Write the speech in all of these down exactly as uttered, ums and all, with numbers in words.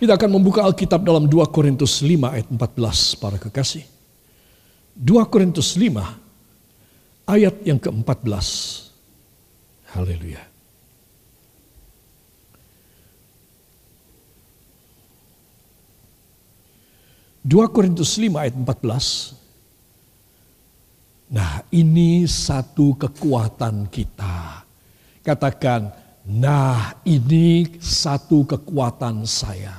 Kita akan membuka Alkitab dalam dua Korintus lima ayat empat belas para kekasih. dua Korintus lima ayat yang keempat belas. Haleluya. dua Korintus lima ayat empat belas. Nah, ini satu kekuatan kita. Katakan, nah ini satu kekuatan saya.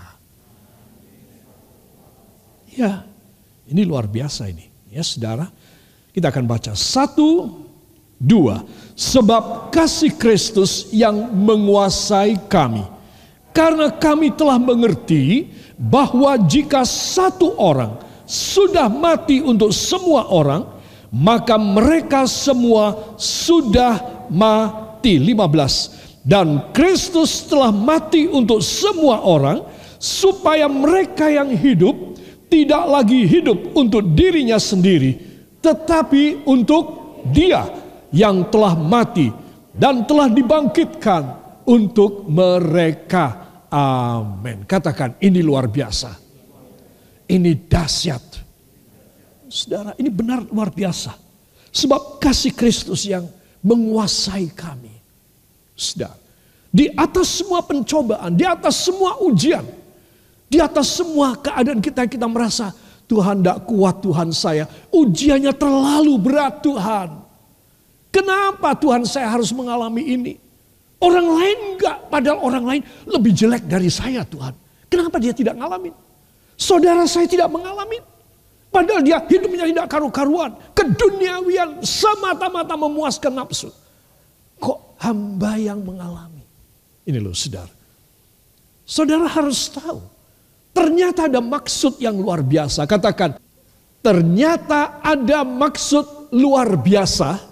Ya, ini luar biasa ini. Ya saudara, kita akan baca. Satu, dua. Sebab kasih Kristus yang menguasai kami. Karena kami telah mengerti bahwa jika satu orang sudah mati untuk semua orang, maka mereka semua sudah mati. lima belas. Dan Kristus telah mati untuk semua orang, supaya mereka yang hidup tidak lagi hidup untuk dirinya sendiri, tetapi untuk Dia yang telah mati dan telah dibangkitkan untuk mereka. Amin. Katakan, ini luar biasa. Ini dahsyat. Saudara, ini benar luar biasa. Sebab kasih Kristus yang menguasai kami. Saudara, di atas semua pencobaan, di atas semua ujian, di atas semua keadaan kita, kita merasa Tuhan tidak kuat, Tuhan saya. Ujiannya terlalu berat, Tuhan. Kenapa Tuhan saya harus mengalami ini? Orang lain enggak, padahal orang lain lebih jelek dari saya, Tuhan. Kenapa dia tidak ngalamin? Saudara saya tidak mengalami. Padahal dia hidupnya tidak karu-karuan. Keduniawian, semata-mata memuaskan nafsu. Kok hamba yang mengalami? Ini loh saudara. Saudara harus tahu. Ternyata ada maksud yang luar biasa. Katakan, ternyata ada maksud luar biasa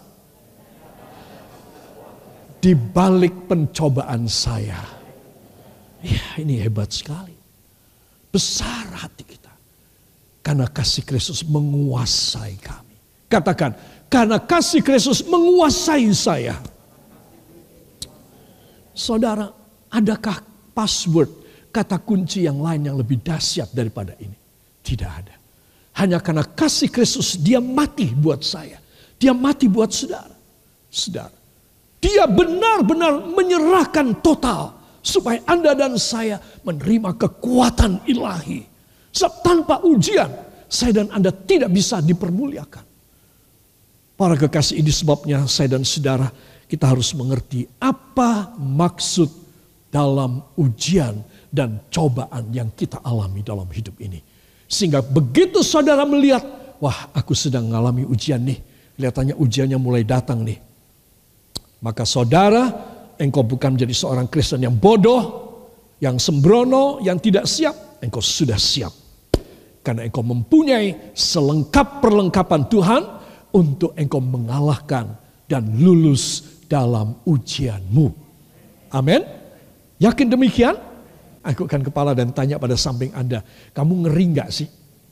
di balik pencobaan saya. Ya, ini hebat sekali. Besar hati kita. Karena kasih Kristus menguasai kami. Katakan, karena kasih Kristus menguasai saya. Saudara, adakah password, kata kunci yang lain yang lebih dahsyat daripada ini? Tidak ada. Hanya karena kasih Kristus, dia mati buat saya. Dia mati buat saudara. Saudara, dia benar-benar menyerahkan total supaya Anda dan saya menerima kekuatan ilahi. Sebab tanpa ujian, saya dan Anda tidak bisa dipermuliakan. Para kekasih, ini sebabnya saya dan saudara, kita harus mengerti apa maksud dalam ujian dan cobaan yang kita alami dalam hidup ini. Sehingga begitu saudara melihat, wah aku sedang mengalami ujian nih. Kelihatannya ujiannya mulai datang nih. Maka saudara, engkau bukan menjadi seorang Kristen yang bodoh, yang sembrono, yang tidak siap. Engkau sudah siap. Karena engkau mempunyai selengkap perlengkapan Tuhan untuk engkau mengalahkan dan lulus dalam ujianmu. Amin. Yakin demikian? Angkutkan kepala dan tanya pada samping Anda, kamu ngeri enggak sih?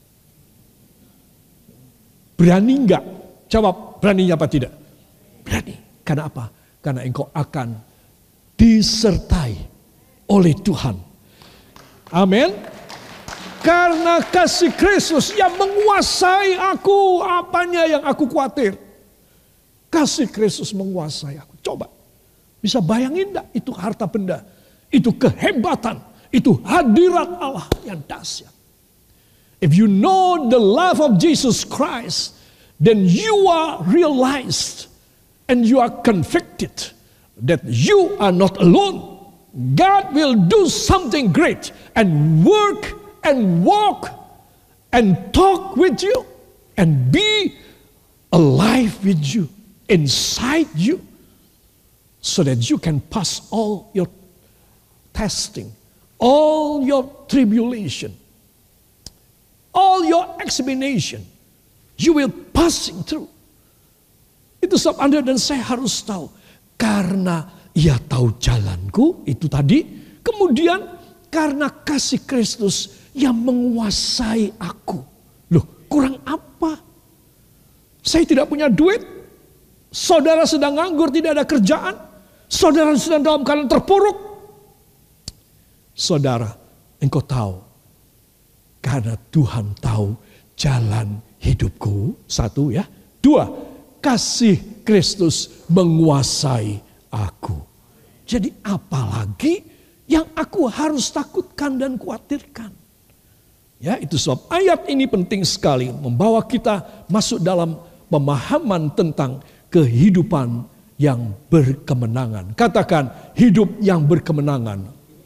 Berani enggak? Jawab, beraninya apa tidak? Berani. Karena apa? Karena engkau akan disertai oleh Tuhan. Amin. Karena kasih Kristus yang menguasai aku, apanya yang aku khawatir? Kasih Kristus menguasai aku. Coba, bisa bayangin enggak? Itu harta benda, itu kehebatan, itu hadirat Allah yang dahsyat. If you know the love of Jesus Christ, then you are realized and you are convicted that you are not alone. God will do something great and work and walk and talk with you and be alive with you, inside you, so that you can pass all your testing, all your tribulation, all your examination. You will passing through. Itu sebab Anda dan saya harus tahu. Karena ia tahu jalanku, itu tadi. Kemudian karena kasih Kristus yang menguasai aku. Loh, kurang apa? Saya tidak punya duit. Saudara sedang nganggur, tidak ada kerjaan. Saudara sedang dalam keadaan terpuruk. Saudara, engkau tahu, karena Tuhan tahu jalan hidupku. Satu ya. Dua, kasih Kristus menguasai aku. Jadi apalagi yang aku harus takutkan dan khawatirkan. Ya, itu sebab ayat ini penting sekali membawa kita masuk dalam pemahaman tentang kehidupan yang berkemenangan. Katakan hidup yang berkemenangan.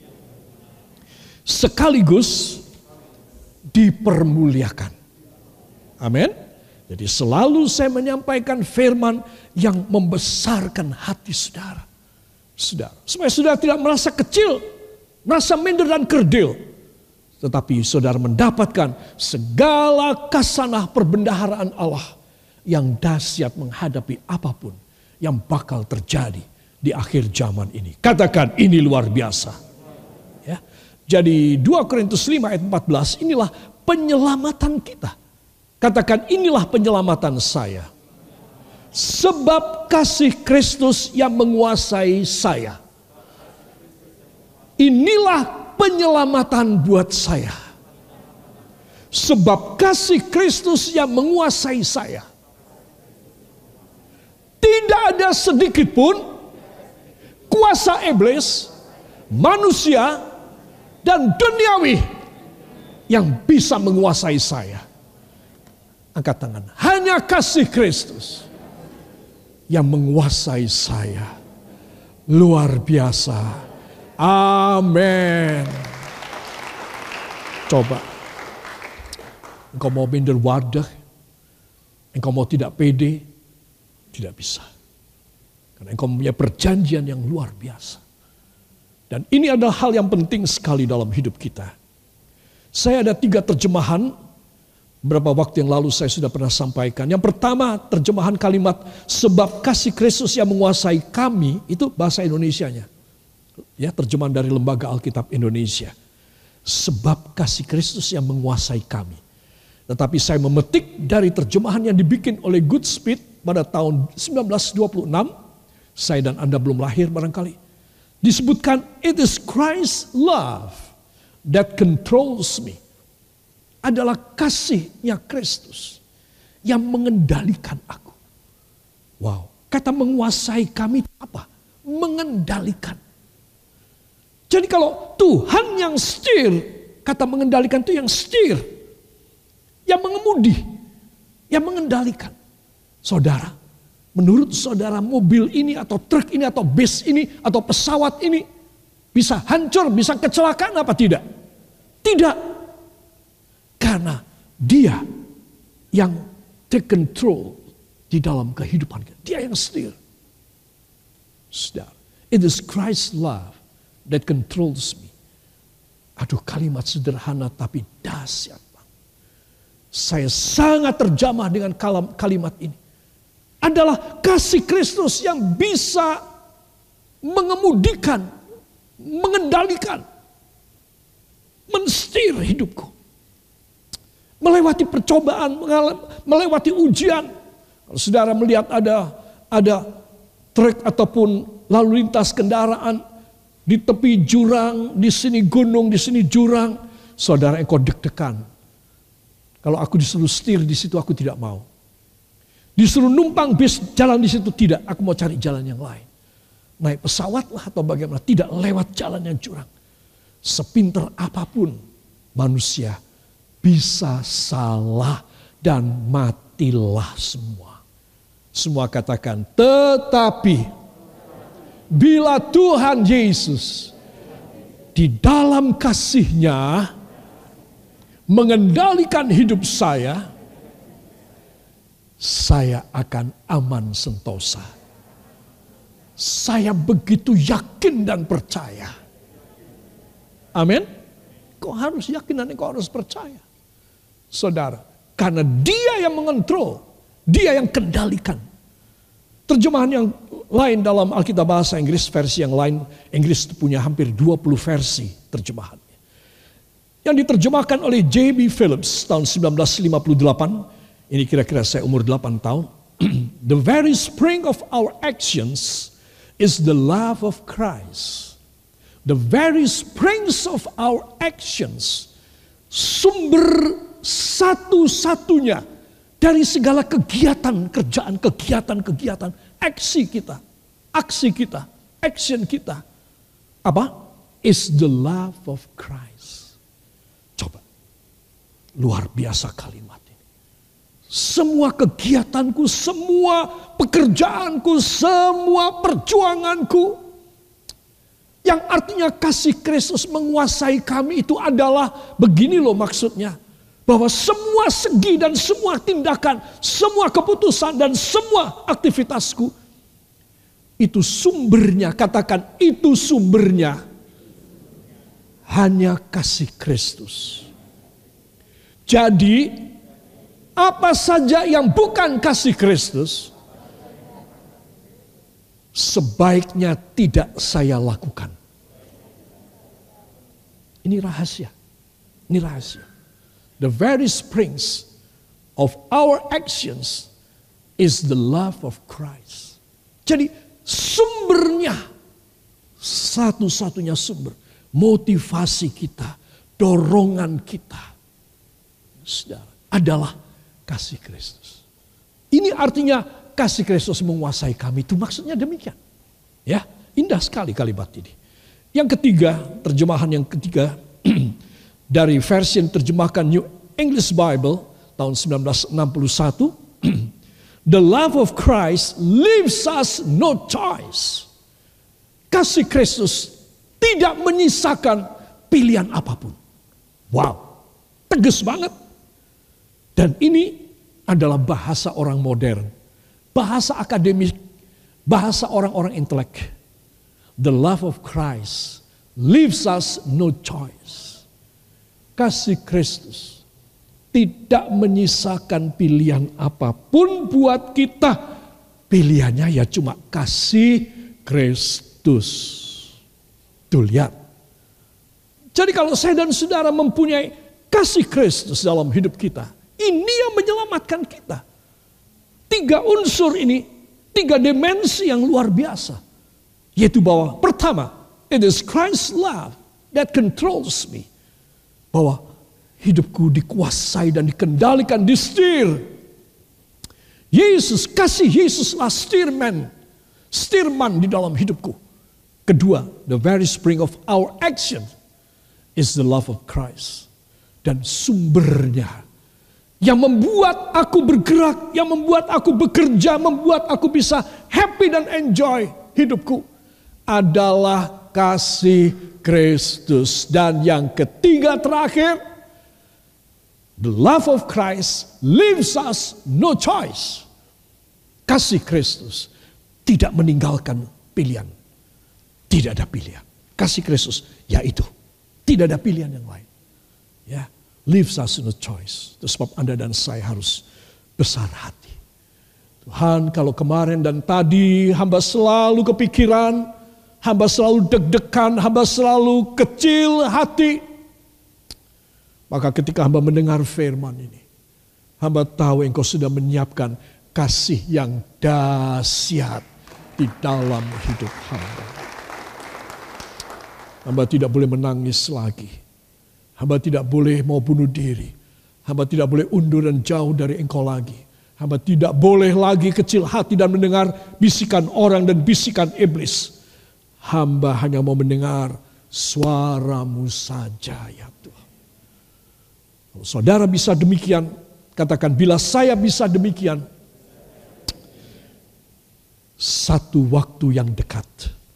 Sekaligus dipermuliakan. Amin. Jadi selalu saya menyampaikan firman yang membesarkan hati saudara. Saudara, supaya saudara tidak merasa kecil, merasa minder dan kerdil. Tetapi saudara mendapatkan segala kasanah perbendaharaan Allah yang dahsyat menghadapi apapun yang bakal terjadi di akhir zaman ini. Katakan ini luar biasa. Ya. Jadi dua Korintus lima ayat empat belas, inilah penyelamatan kita. Katakan inilah penyelamatan saya. Sebab kasih Kristus yang menguasai saya. Inilah penyelamatan buat saya. Sebab kasih Kristus yang menguasai saya. Tidak ada sedikit pun kuasa iblis, manusia, dan duniawi yang bisa menguasai saya. Angkat tangan. Hanya kasih Kristus yang menguasai saya. Luar biasa. Amin. Coba. Engkau mau minder wadah. Engkau mau tidak pede. Tidak bisa. Karena engkau punya perjanjian yang luar biasa. Dan ini adalah hal yang penting sekali dalam hidup kita. Saya ada tiga terjemahan. Beberapa waktu yang lalu saya sudah pernah sampaikan. Yang pertama terjemahan kalimat sebab kasih Kristus yang menguasai kami. Itu bahasa Indonesianya. Ya, terjemahan dari Lembaga Alkitab Indonesia. Sebab kasih Kristus yang menguasai kami. Tetapi saya memetik dari terjemahan yang dibikin oleh Goodspeed pada tahun seribu sembilan ratus dua puluh enam. Saya dan Anda belum lahir barangkali. Disebutkan, it is Christ's love that controls me. Adalah kasihnya Kristus yang mengendalikan aku. Wow, kata menguasai kami apa? Mengendalikan. Jadi kalau Tuhan yang setir, kata mengendalikan itu yang setir. Yang mengemudi, yang mengendalikan. Saudara, menurut saudara mobil ini atau truk ini atau bus ini atau pesawat ini bisa hancur, bisa kecelakaan apa tidak? Tidak. Karena dia yang take control di dalam kehidupan kita. Dia yang setir. Saudara, it is Christ's love that controls me. Aduh, kalimat sederhana tapi dahsyat. Saya sangat terjamah dengan kalimat ini. Adalah kasih Kristus yang bisa mengemudikan, mengendalikan, mensetir hidupku. Melewati percobaan, melewati ujian. Kalau saudara melihat ada ada truk ataupun lalu lintas kendaraan di tepi jurang, di sini gunung, di sini jurang, saudara engkau deg-degan. Kalau aku disuruh setir di situ aku tidak mau. Disuruh numpang bis jalan di situ tidak, aku mau cari jalan yang lain. Naik pesawat lah atau bagaimana, tidak lewat jalan yang curang. Sepinter apapun manusia bisa salah dan matilah semua. Semua katakan, tetapi bila Tuhan Yesus di dalam kasih-Nya mengendalikan hidup saya, saya akan aman sentosa. Saya begitu yakin dan percaya. Amin. Kau harus yakin dan kau harus percaya. Saudara, karena dia yang mengontrol, dia yang kendalikan. Terjemahan yang lain dalam Alkitab bahasa Inggris, versi yang lain, Inggris punya hampir dua puluh versi terjemahan. Yang diterjemahkan oleh J B Phillips tahun seribu sembilan ratus lima puluh delapan. Ini kira-kira saya umur delapan tahun. The very spring of our actions is the love of Christ. The very springs of our actions. Sumber satu-satunya dari segala kegiatan, kerjaan, kegiatan, kegiatan, aksi kita, aksi kita, action kita. Apa? Is the love of Christ. Coba. Luar biasa kalimat ini. Semua kegiatanku, semua pekerjaanku, semua perjuanganku, yang artinya kasih Kristus menguasai kami itu adalah begini loh maksudnya. Bahwa semua segi dan semua tindakan, semua keputusan dan semua aktivitasku, itu sumbernya, katakan itu sumbernya hanya kasih Kristus. Jadi apa saja yang bukan kasih Kristus, sebaiknya tidak saya lakukan. Ini rahasia. Ini rahasia. The very springs of our actions is the love of Christ. Jadi sumbernya, satu-satunya sumber, motivasi kita, dorongan kita, saudara, adalah kasih Kristus. Ini artinya kasih Kristus menguasai kami, itu maksudnya demikian. Ya, indah sekali kalimat ini. Yang ketiga, terjemahan yang ketiga dari versi yang terjemahkan New English Bible tahun sembilan belas enam puluh satu. The love of Christ leaves us no choice. Kasih Kristus tidak menyisakan pilihan apapun. Wow, tegas banget. Dan ini adalah bahasa orang modern. Bahasa akademik, bahasa orang-orang intelek. The love of Christ leaves us no choice. Kasih Kristus tidak menyisakan pilihan apapun buat kita. Pilihannya ya cuma kasih Kristus. Tuh lihat. Jadi kalau saya dan saudara mempunyai kasih Kristus dalam hidup kita, ini yang menyelamatkan kita. Tiga unsur ini, tiga dimensi yang luar biasa. Yaitu bahwa pertama, it is Christ's love that controls me. Bahwa hidupku dikuasai dan dikendalikan, disetir. Yesus, kasih Yesuslah steerman, steerman di dalam hidupku. Kedua, the very spring of our action is the love of Christ. Dan sumbernya yang membuat aku bergerak, yang membuat aku bekerja, membuat aku bisa happy dan enjoy hidupku adalah kasih Kristus. Dan yang ketiga terakhir, the love of Christ leaves us no choice. Kasih Kristus tidak meninggalkan pilihan. Tidak ada pilihan. Kasih Kristus yaitu tidak ada pilihan yang lain. Ya, leaves us no choice. Itu sebab Anda dan saya harus besar hati. Tuhan, kalau kemarin dan tadi hamba selalu kepikiran, hamba selalu deg-degan, hamba selalu kecil hati, maka ketika hamba mendengar firman ini, hamba tahu Engkau sudah menyiapkan kasih yang dahsyat di dalam hidup hamba. Hamba tidak boleh menangis lagi. Hamba tidak boleh mau bunuh diri. Hamba tidak boleh undur dan jauh dari Engkau lagi. Hamba tidak boleh lagi kecil hati dan mendengar bisikan orang dan bisikan iblis. Hamba hanya mau mendengar suara-Mu saja ya Tuhan. Kalau saudara bisa demikian, katakan bila saya bisa demikian, satu waktu yang dekat,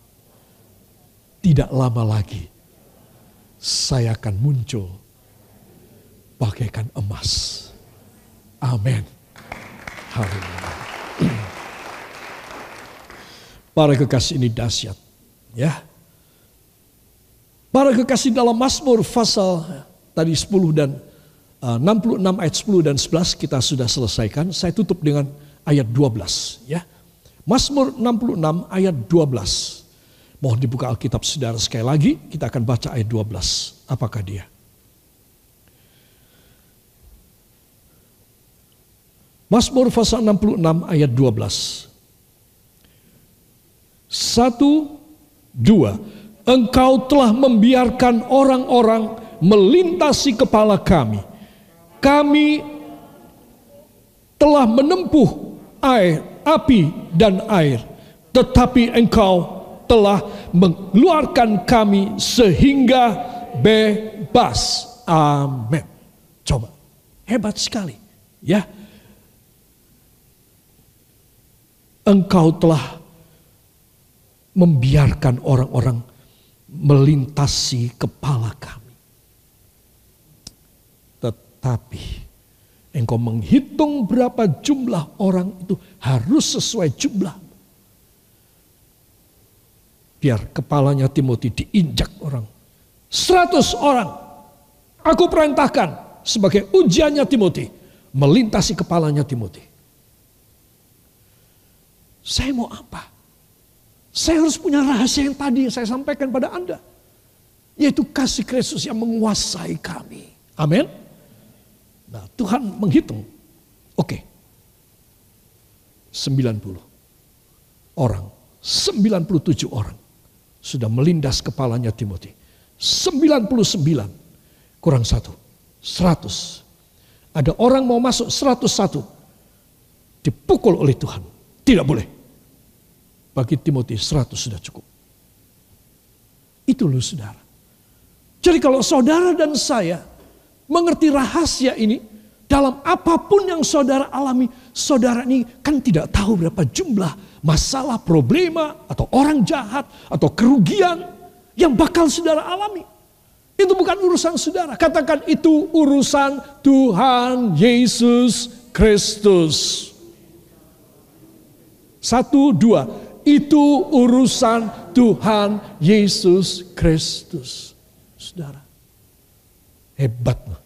tidak lama lagi, saya akan muncul bagaikan emas. Amin. Haleluya. Para kekasih, ini dahsyat. Ya. Para kekasih, dalam Mazmur pasal tadi sepuluh dan uh, enam puluh enam ayat sepuluh dan sebelas kita sudah selesaikan. Saya tutup dengan ayat dua belas. Ya. Mazmur enam puluh enam ayat dua belas. Mohon dibuka Alkitab saudara sekali lagi. Kita akan baca ayat dua belas. Apakah dia? Mazmur pasal enam puluh enam ayat dua belas. Satu, dua. Engkau telah membiarkan orang-orang melintasi kepala kami. Kami telah menempuh air, api dan air, tetapi Engkau telah mengeluarkan kami sehingga bebas. Amin. Coba, hebat sekali, ya. Engkau telah membiarkan orang-orang melintasi kepala kami. Tetapi Engkau menghitung berapa jumlah orang itu harus sesuai jumlah. Biar kepalanya Timothy diinjak orang. Seratus orang. Aku perintahkan sebagai ujiannya Timothy. Melintasi kepalanya Timothy. Saya mau apa? Saya harus punya rahasia yang tadi saya sampaikan pada Anda. Yaitu kasih Kristus yang menguasai kami. Amin. Nah, Tuhan menghitung. Oke. sembilan puluh orang. sembilan puluh tujuh orang. Sudah melindas kepalanya Timothy. sembilan puluh sembilan. Kurang satu. seratus. Ada orang mau masuk seratus satu. Dipukul oleh Tuhan. Tidak boleh. Bagi Timothy seratus sudah cukup. Itu loh saudara. Jadi kalau saudara dan saya mengerti rahasia ini, dalam apapun yang saudara alami, saudara ini kan tidak tahu berapa jumlah masalah, problema, atau orang jahat, atau kerugian yang bakal saudara alami. Itu bukan urusan saudara. Katakan itu urusan Tuhan Yesus Kristus. Satu, dua. Itu urusan Tuhan Yesus Kristus. Saudara, hebat loh.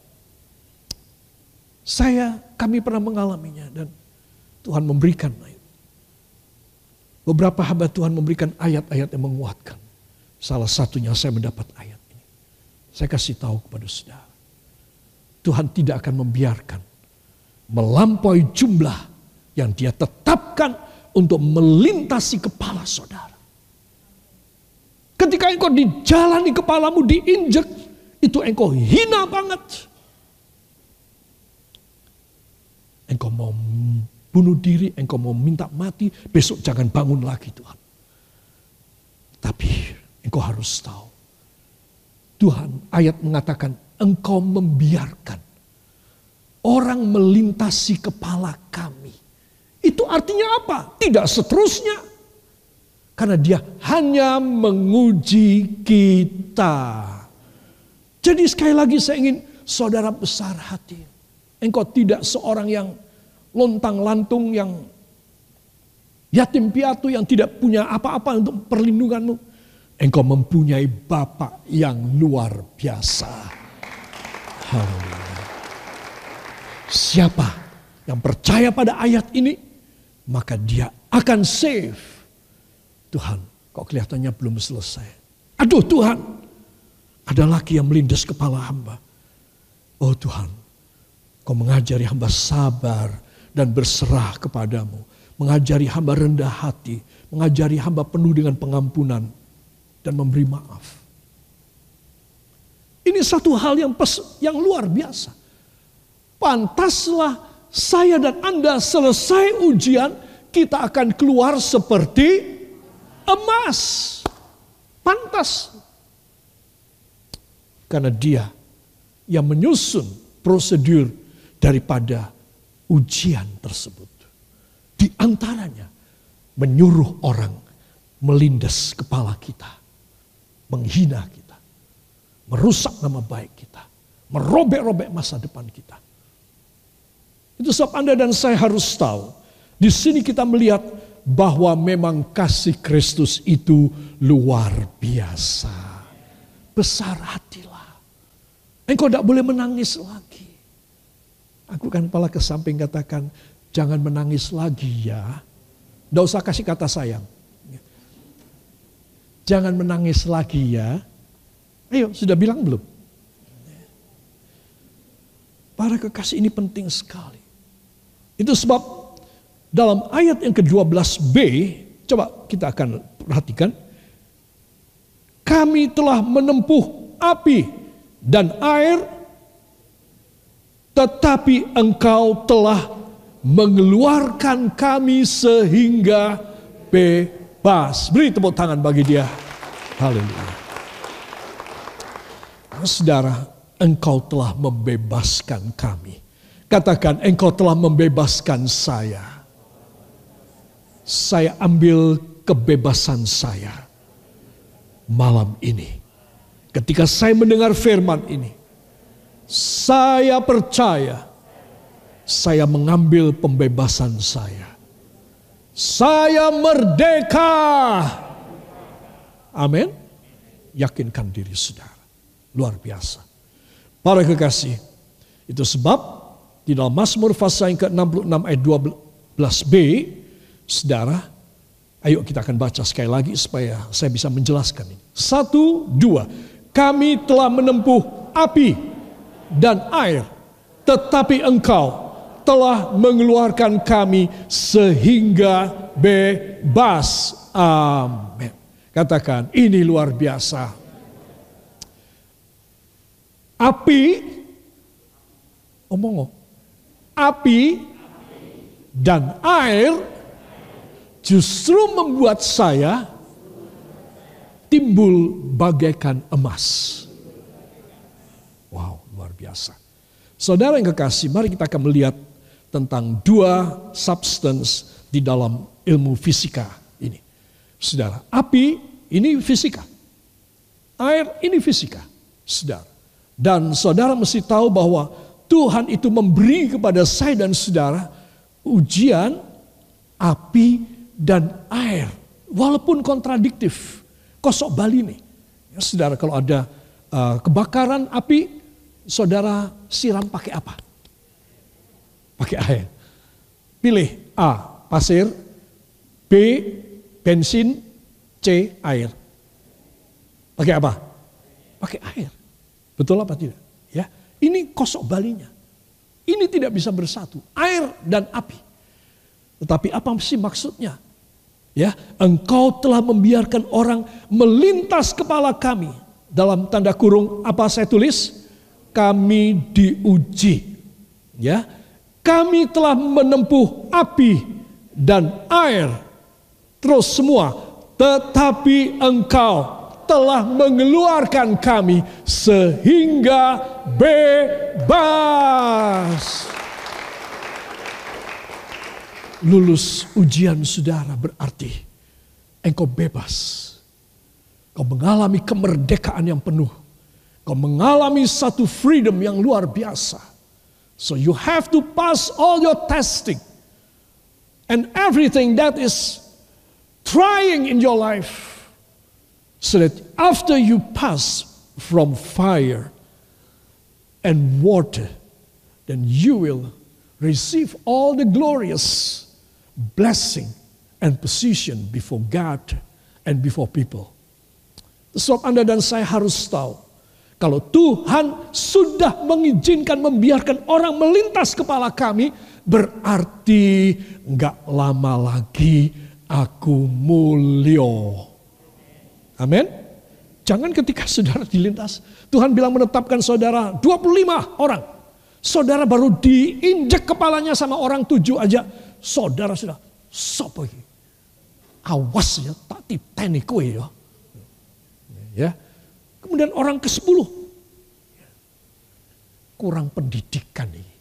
Saya, kami pernah mengalaminya dan Tuhan memberikan ayat. Beberapa hamba Tuhan memberikan ayat-ayat yang menguatkan. Salah satunya saya mendapat ayat ini. Saya kasih tahu kepada saudara. Tuhan tidak akan membiarkan melampaui jumlah yang Dia tetapkan untuk melintasi kepala saudara. Ketika engkau di jalan di kepalamu diinjek, itu engkau hina banget. Engkau mau bunuh diri, engkau mau minta mati, besok jangan bangun lagi Tuhan. Tapi engkau harus tahu, Tuhan ayat mengatakan engkau membiarkan orang melintasi kepala kami. Itu artinya apa? Tidak seterusnya. Karena Dia hanya menguji kita. Jadi sekali lagi saya ingin saudara besar hati. Engkau tidak seorang yang lontang-lantung, yang yatim piatu, yang tidak punya apa-apa untuk perlindunganmu. Engkau mempunyai Bapa yang luar biasa. Haleluya. Siapa yang percaya pada ayat ini, maka dia akan save. Tuhan, kok kelihatannya belum selesai. Aduh Tuhan, ada lagi yang melindas kepala hamba. Oh Tuhan, Kau mengajari hamba sabar dan berserah kepadamu. Mengajari hamba rendah hati. Mengajari hamba penuh dengan pengampunan dan memberi maaf. Ini satu hal yang pes, yang luar biasa. Pantaslah saya dan Anda selesai ujian, kita akan keluar seperti emas. Pantas. Karena Dia yang menyusun prosedur daripada ujian tersebut. Di antaranya menyuruh orang melindas kepala kita. Menghina kita. Merusak nama baik kita. Merobek-robek masa depan kita. Itu sebab Anda dan saya harus tahu. Di sini kita melihat bahwa memang kasih Kristus itu luar biasa. Besar hatilah. Engkau tidak boleh menangis lagi. Aku kan kepala ke samping katakan, jangan menangis lagi ya. Tidak usah kasih kata sayang. Jangan menangis lagi ya. Ayo, sudah bilang belum? Para kekasih ini penting sekali. Itu sebab dalam ayat yang ke dua belas b, coba kita akan perhatikan. kami telah menempuh api dan air, tetapi Engkau telah mengeluarkan kami sehingga bebas. Beri tepuk tangan bagi dia. Haleluya. Saudara, Engkau telah membebaskan kami. Katakan, Engkau telah membebaskan saya. Saya ambil kebebasan saya malam ini. Ketika saya mendengar firman ini, saya percaya saya mengambil pembebasan saya. Saya merdeka. Amin. Yakinkan diri saudara. Luar biasa. Para kekasih, itu sebab di dalam Mazmur pasal yang ke enam puluh enam ayat dua belas b, saudara, ayo kita akan baca sekali lagi supaya saya bisa menjelaskan ini. Satu, dua. Kami telah menempuh api dan air, tetapi Engkau telah mengeluarkan kami sehingga bebas. Amin. Katakan, ini luar biasa. Api, omong, api dan air justru membuat saya timbul bagaikan emas. Wow, luar biasa. Saudara yang kekasih, mari kita akan melihat tentang dua substance di dalam ilmu fisika ini. Saudara, api ini fisika. Air ini fisika. Saudara. Dan saudara mesti tahu bahwa Tuhan itu memberi kepada saya dan saudara ujian api dan air. Walaupun kontradiktif. Kosok bali nih. Ya, saudara, kalau ada uh, kebakaran api, saudara siram pakai apa? Pakai air. Pilih A, pasir, B, bensin, C, air. Pakai apa? Pakai air. Betul apa tidak? Ya, ini kosok balinya. Ini tidak bisa bersatu, air dan api. Tetapi apa sih maksudnya? Ya, Engkau telah membiarkan orang melintas kepala kami. Dalam tanda kurung apa saya tulis? Kami diuji. Ya, kami telah menempuh api dan air. Terus semua, tetapi Engkau telah mengeluarkan kami sehingga bebas. Lulus ujian saudara berarti engkau bebas. Kau mengalami kemerdekaan yang penuh. Kau mengalami satu freedom yang luar biasa. So you have to pass all your testing. And everything that is trying in your life. So that after you pass from fire and water, then you will receive all the glorious blessing and position before God and before people. Sebab Anda dan saya harus tahu, kalau Tuhan sudah mengizinkan membiarkan orang melintas kepala kami, berarti enggak lama lagi aku mulio. Amin. Jangan ketika saudara dilintas, Tuhan bilang menetapkan saudara dua puluh lima orang. Saudara baru diinjek kepalanya sama orang tujuh aja. Saudara sudah, sopo iki? Awas ya, tak titeni kowe ya. Ya. Kemudian orang ke sepuluh. Kurang pendidikan ini.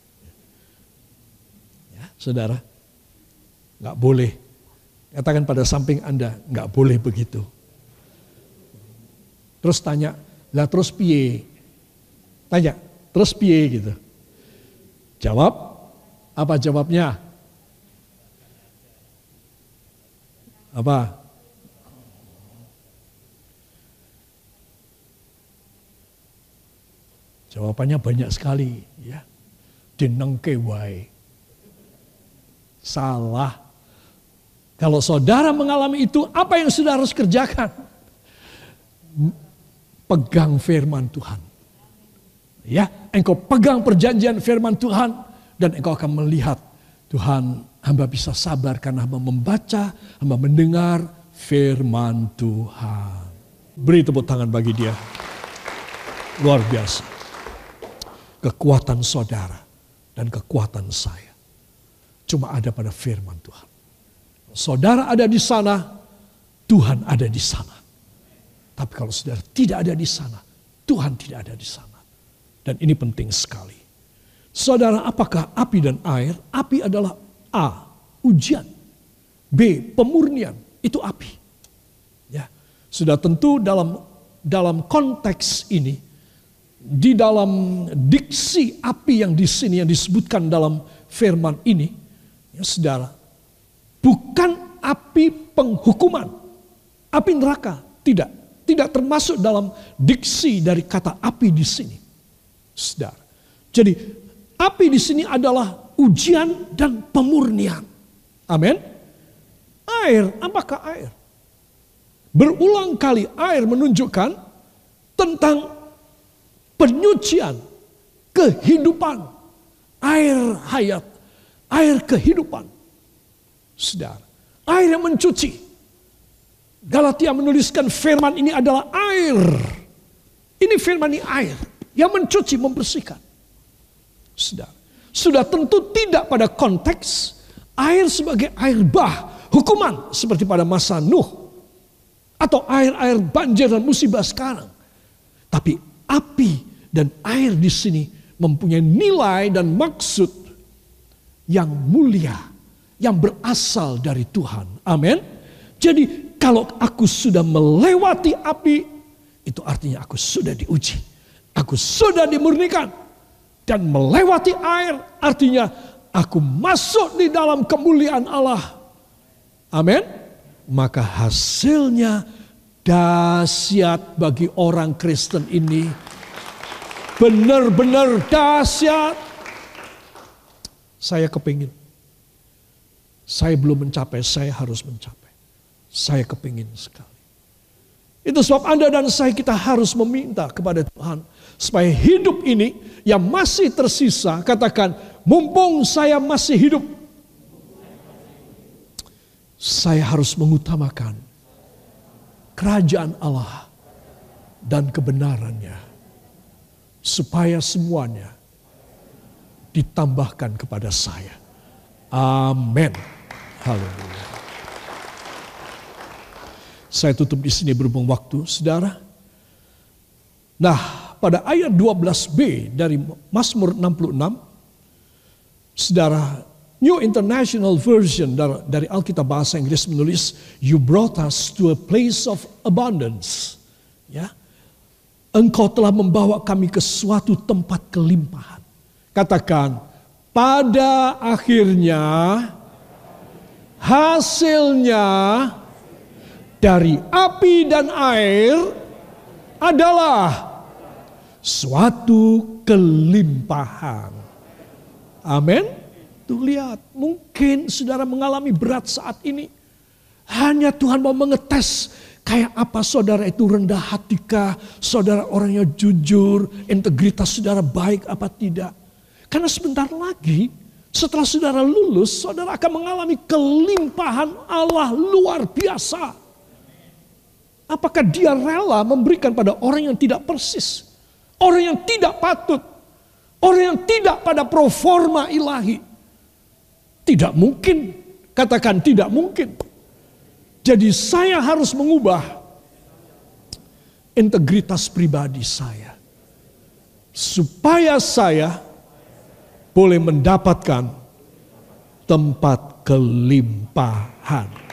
Ya, saudara. Enggak boleh. Katakan pada samping Anda, enggak boleh begitu. Terus tanya, lah terus piye? Tanya, terus piye gitu. Jawab, apa jawabnya? Apa? Jawabannya banyak sekali, ya. Dinengke wae. Salah. Kalau saudara mengalami itu, apa yang saudara harus kerjakan? Pegang firman Tuhan. Ya, engkau pegang perjanjian firman Tuhan dan engkau akan melihat Tuhan, hamba bisa sabar karena hamba membaca, hamba mendengar firman Tuhan. Beri tepuk tangan bagi dia. Luar biasa. Kekuatan saudara dan kekuatan saya cuma ada pada firman Tuhan. Saudara ada di sana, Tuhan ada di sana. Tapi kalau saudara tidak ada di sana, Tuhan tidak ada di sana. Dan ini penting sekali. Saudara, apakah api dan air? Api adalah A, ujian. B, pemurnian. Itu api. Ya, sudah tentu dalam dalam konteks ini, di dalam diksi api yang di sini yang disebutkan dalam firman ini, ya saudara, bukan api penghukuman, api neraka, tidak, tidak termasuk dalam diksi dari kata api di sini, saudara. Jadi api di sini adalah ujian dan pemurnian. Amin. Air, apakah air? Berulang kali air menunjukkan tentang penyucian, kehidupan, air hayat, air kehidupan. Saudara, air yang mencuci. Galatia menuliskan firman ini adalah air. Ini firman ini air yang mencuci, membersihkan. Saudara, sudah tentu tidak pada konteks air sebagai air bah, hukuman seperti pada masa Nuh. Atau air-air banjir dan musibah sekarang. Tapi api dan air di sini mempunyai nilai dan maksud yang mulia, yang berasal dari Tuhan. Amin. Jadi kalau aku sudah melewati api, itu artinya aku sudah diuji. Aku sudah dimurnikan. Dan melewati air artinya aku masuk di dalam kemuliaan Allah. Amin. Maka hasilnya dahsyat bagi orang Kristen ini. Benar-benar dahsyat. Saya kepingin. Saya belum mencapai, saya harus mencapai. Saya kepingin sekali. Itu sebab Anda dan saya kita harus meminta kepada Tuhan. Supaya hidup ini yang masih tersisa, katakan, mumpung saya masih hidup, saya harus mengutamakan kerajaan Allah dan kebenarannya. Supaya semuanya ditambahkan kepada saya. Amin. Haleluya. Saya tutup di sini berhubung waktu, saudara. Nah, pada ayat dua belas b dari Mazmur enam puluh enam, saudara, New International Version dari Alkitab bahasa Inggris menulis, "You brought us to a place of abundance." Ya, Engkau telah membawa kami ke suatu tempat kelimpahan. Katakan, pada akhirnya hasilnya dari api dan air adalah suatu kelimpahan. Amin. Tuh lihat, mungkin saudara mengalami berat saat ini. Hanya Tuhan mau mengetes kayak apa saudara itu rendah hatikah, saudara orangnya jujur, integritas saudara baik apa tidak. Karena sebentar lagi setelah saudara lulus, saudara akan mengalami kelimpahan Allah luar biasa. Apakah dia rela memberikan pada orang yang tidak persis, orang yang tidak patut, orang yang tidak pada proforma ilahi? Tidak mungkin, katakan tidak mungkin. Jadi saya harus mengubah integritas pribadi saya. Supaya saya boleh mendapatkan tempat kelimpahan.